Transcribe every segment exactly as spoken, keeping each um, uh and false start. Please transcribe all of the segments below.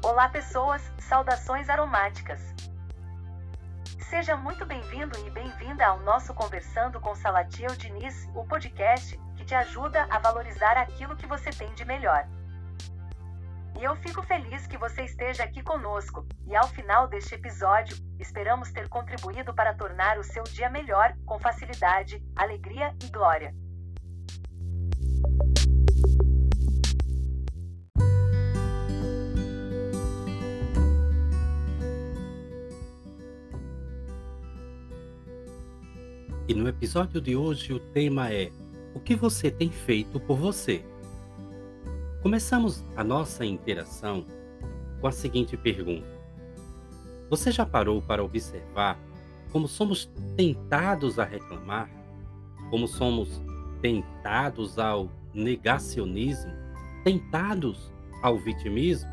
Olá pessoas, saudações aromáticas. Seja muito bem-vindo e bem-vinda ao nosso Conversando com Salatiel Diniz, o podcast que te ajuda a valorizar aquilo que você tem de melhor. E eu fico feliz que você esteja aqui conosco, e ao final deste episódio, esperamos ter contribuído para tornar o seu dia melhor, com facilidade, alegria e glória. E no episódio de hoje o tema é: o que você tem feito por você? Começamos a nossa interação com a seguinte pergunta: você já parou para observar como somos tentados a reclamar? Como somos tentados ao negacionismo? Tentados ao vitimismo?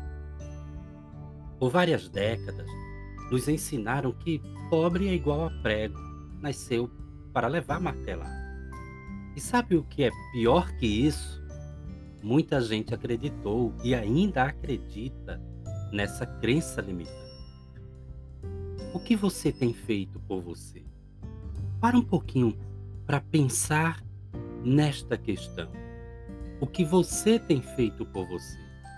Por várias décadas, nos ensinaram que pobre é igual a prego, nasceu para levar martelada. E sabe o que é pior que isso? Muita gente acreditou e ainda acredita nessa crença limitante. O que você tem feito por você? Para um pouquinho para pensar nesta questão. O que você tem feito por você?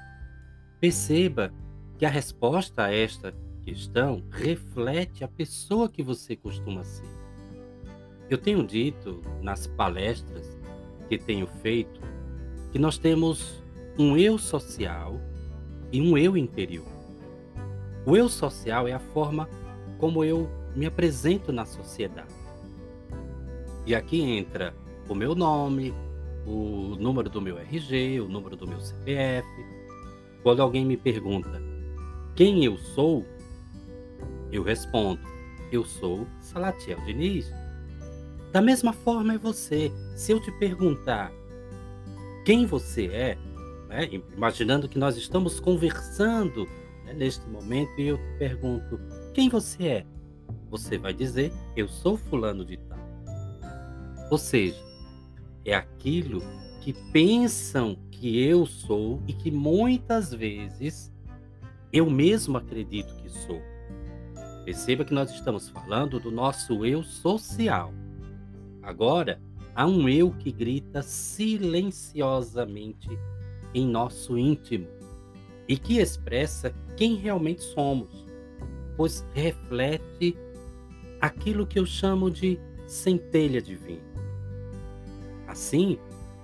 Perceba que a resposta a esta questão reflete a pessoa que você costuma ser. Eu tenho dito nas palestras que tenho feito que nós temos um eu social e um eu interior. O eu social é a forma como eu me apresento na sociedade. E aqui entra o meu nome, o número do meu R G, o número do meu C P F. Quando alguém me pergunta quem eu sou, eu respondo: eu sou Salatiel Diniz. Da mesma forma é você. Se eu te perguntar quem você é, né, imaginando que nós estamos conversando, né, neste momento, e eu te pergunto quem você é, você vai dizer: eu sou fulano de tal. Ou seja, é aquilo que pensam que eu sou e que muitas vezes eu mesmo acredito que sou. Perceba que nós estamos falando do nosso eu social. Agora, há um eu que grita silenciosamente em nosso íntimo e que expressa quem realmente somos, pois reflete aquilo que eu chamo de centelha divina. Assim,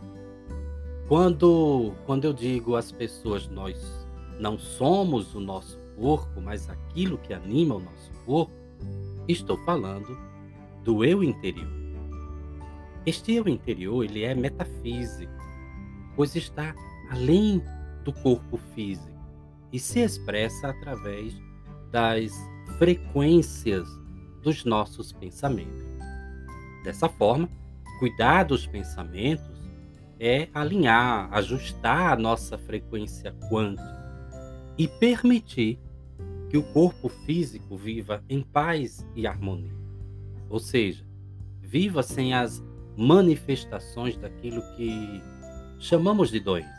quando, quando eu digo às pessoas nós não somos o nosso corpo, mas aquilo que anima o nosso corpo, estou falando do eu interior. Este eu interior, ele é metafísico, pois está além do corpo físico e se expressa através das frequências dos nossos pensamentos. Dessa forma, cuidar dos pensamentos é alinhar, ajustar a nossa frequência quântica e permitir que o corpo físico viva em paz e harmonia. Ou seja, viva sem as manifestações daquilo que chamamos de doenças.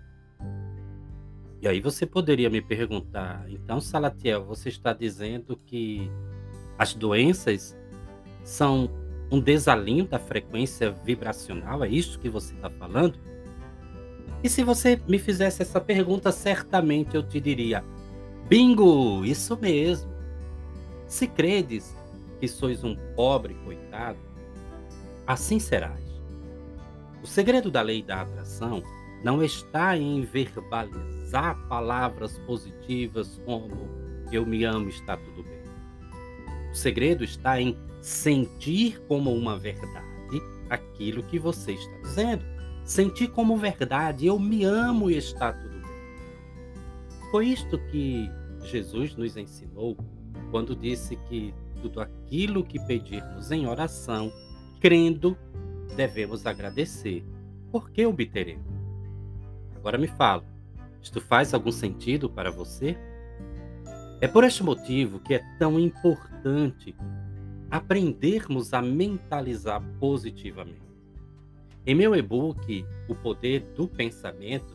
E aí você poderia me perguntar: então, Salatiel, você está dizendo que as doenças são um desalinho da frequência vibracional? É isso que você está falando? E se você me fizesse essa pergunta, certamente eu te diria: bingo, isso mesmo. Se credes que sois um pobre coitado, assim serás. O segredo da lei da atração não está em verbalizar palavras positivas como eu me amo, está tudo bem. O segredo está em sentir como uma verdade aquilo que você está dizendo. Sentir como verdade: eu me amo e está tudo bem. Foi isto que Jesus nos ensinou quando disse que tudo aquilo que pedirmos em oração, crendo, devemos agradecer, porque obteremos. Agora me fala, isto faz algum sentido para você? É por este motivo que é tão importante aprendermos a mentalizar positivamente. Em meu e-book, O Poder do Pensamento,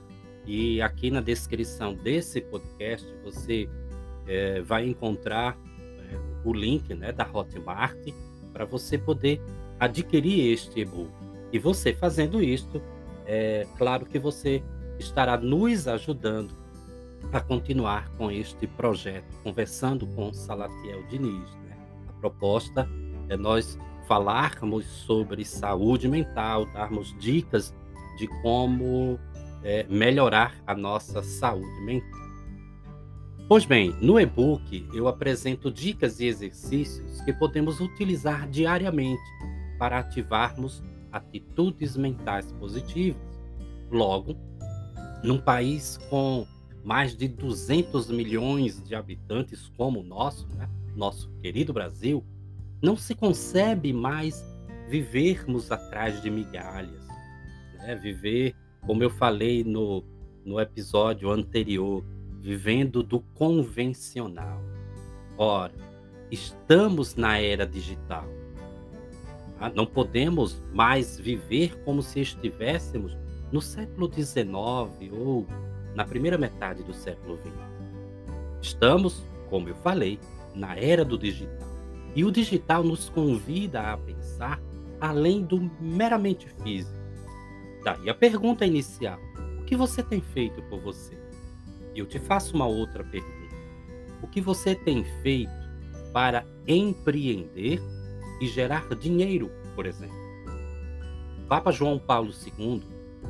E aqui na descrição desse podcast você eh, vai encontrar eh, o link, né, da Hotmart para você poder adquirir este e-book. E você fazendo isto, é claro que você estará nos ajudando a continuar com este projeto, conversando com Salatiel Diniz, né? A proposta é nós falarmos sobre saúde mental, darmos dicas de como é, melhorar a nossa saúde mental. Pois bem, no e-book eu apresento dicas e exercícios que podemos utilizar diariamente para ativarmos atitudes mentais positivas. Logo, num país com mais de duzentos milhões de habitantes como o nosso, né? Nosso querido Brasil, não se concebe mais vivermos atrás de migalhas, né? Viver, como eu falei no, no episódio anterior, vivendo do convencional. Ora, estamos na era digital. Tá? Não podemos mais viver como se estivéssemos no século dezenove ou na primeira metade do século vinte. Estamos, como eu falei, na era do digital. E o digital nos convida a pensar além do meramente físico. Daí a pergunta inicial: o que você tem feito por você? E eu te faço uma outra pergunta: o que você tem feito para empreender e gerar dinheiro, por exemplo? Papa João Paulo segundo,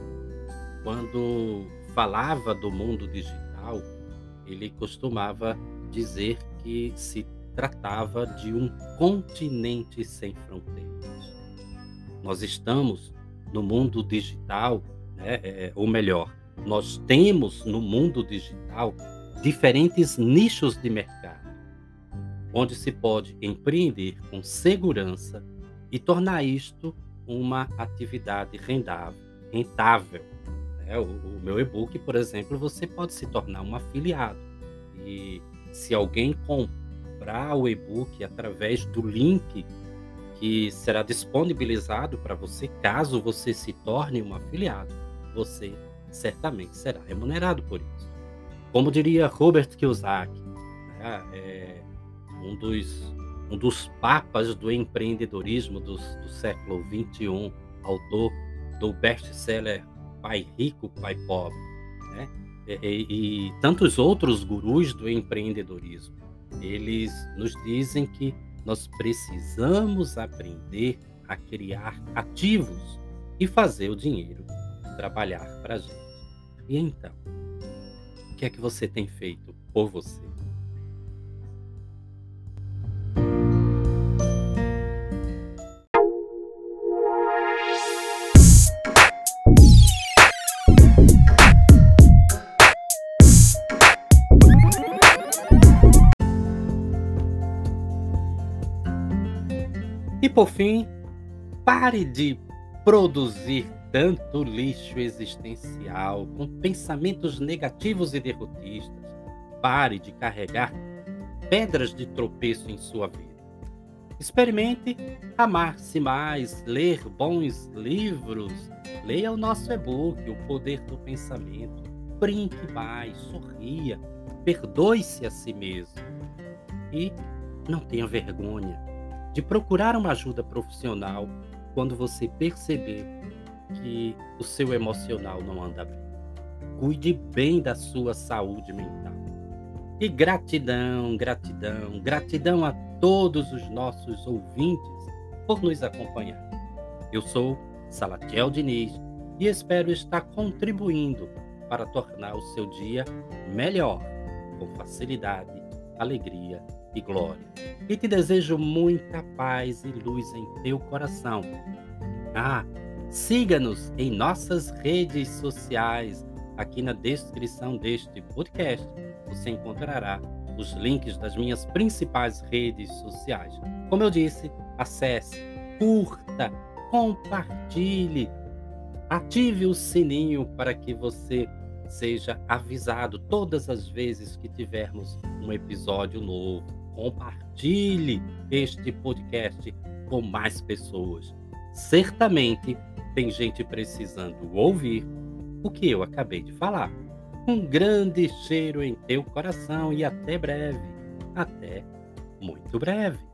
quando falava do mundo digital, ele costumava dizer que se tratava de um continente sem fronteiras. Nós estamos no mundo digital, né? É, ou melhor, nós temos no mundo digital diferentes nichos de mercado, onde se pode empreender com segurança e tornar isto uma atividade rendável, rentável. É, o, o meu e-book, por exemplo, você pode se tornar um afiliado. E se alguém comprar o e-book através do link que será disponibilizado para você, caso você se torne um afiliado, você certamente será remunerado por isso. Como diria Robert Kiyosaki, né, é um, dos, um dos papas do empreendedorismo do, do século vinte e um, autor do best-seller Pai Rico, Pai Pobre, né? E, e, e tantos outros gurus do empreendedorismo. Eles nos dizem que nós precisamos aprender a criar ativos e fazer o dinheiro trabalhar para a gente. E então, o que é que você tem feito por você? E por fim, pare de produzir tanto lixo existencial com pensamentos negativos e derrotistas. Pare de carregar pedras de tropeço em sua vida. Experimente amar-se mais, ler bons livros, leia o nosso e-book, O Poder do Pensamento, brinque mais, sorria, perdoe-se a si mesmo e não tenha vergonha de procurar uma ajuda profissional quando você perceber que o seu emocional não anda bem. Cuide bem da sua saúde mental. E gratidão, gratidão, gratidão a todos os nossos ouvintes por nos acompanhar. Eu sou Salatiel Diniz e espero estar contribuindo para tornar o seu dia melhor, com facilidade, alegria e glória. E te desejo muita paz e luz em teu coração. Ah, siga-nos em nossas redes sociais. Aqui na descrição deste podcast você encontrará os links das minhas principais redes sociais. Como eu disse, acesse, curta, compartilhe, ative o sininho para que você seja avisado todas as vezes que tivermos um episódio novo. Compartilhe este podcast com mais pessoas. Certamente tem gente precisando ouvir o que eu acabei de falar. Um grande cheiro em teu coração e até breve. Até muito breve.